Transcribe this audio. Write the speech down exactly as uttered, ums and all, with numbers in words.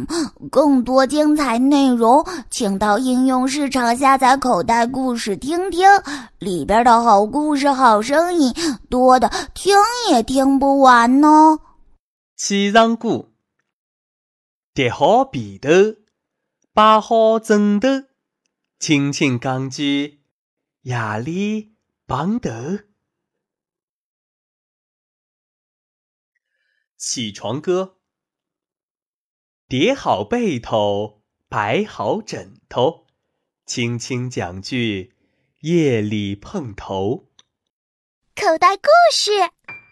嗯，更多精彩内容，请到应用市场下载口袋故事听听，里边的好故事、好声音多的听也听不完呢。 起床歌，叠好被头，摆好枕头，轻轻讲句夜里碰头。起床歌，叠好被头，摆好枕头，轻轻讲句夜里碰头。 口袋故事。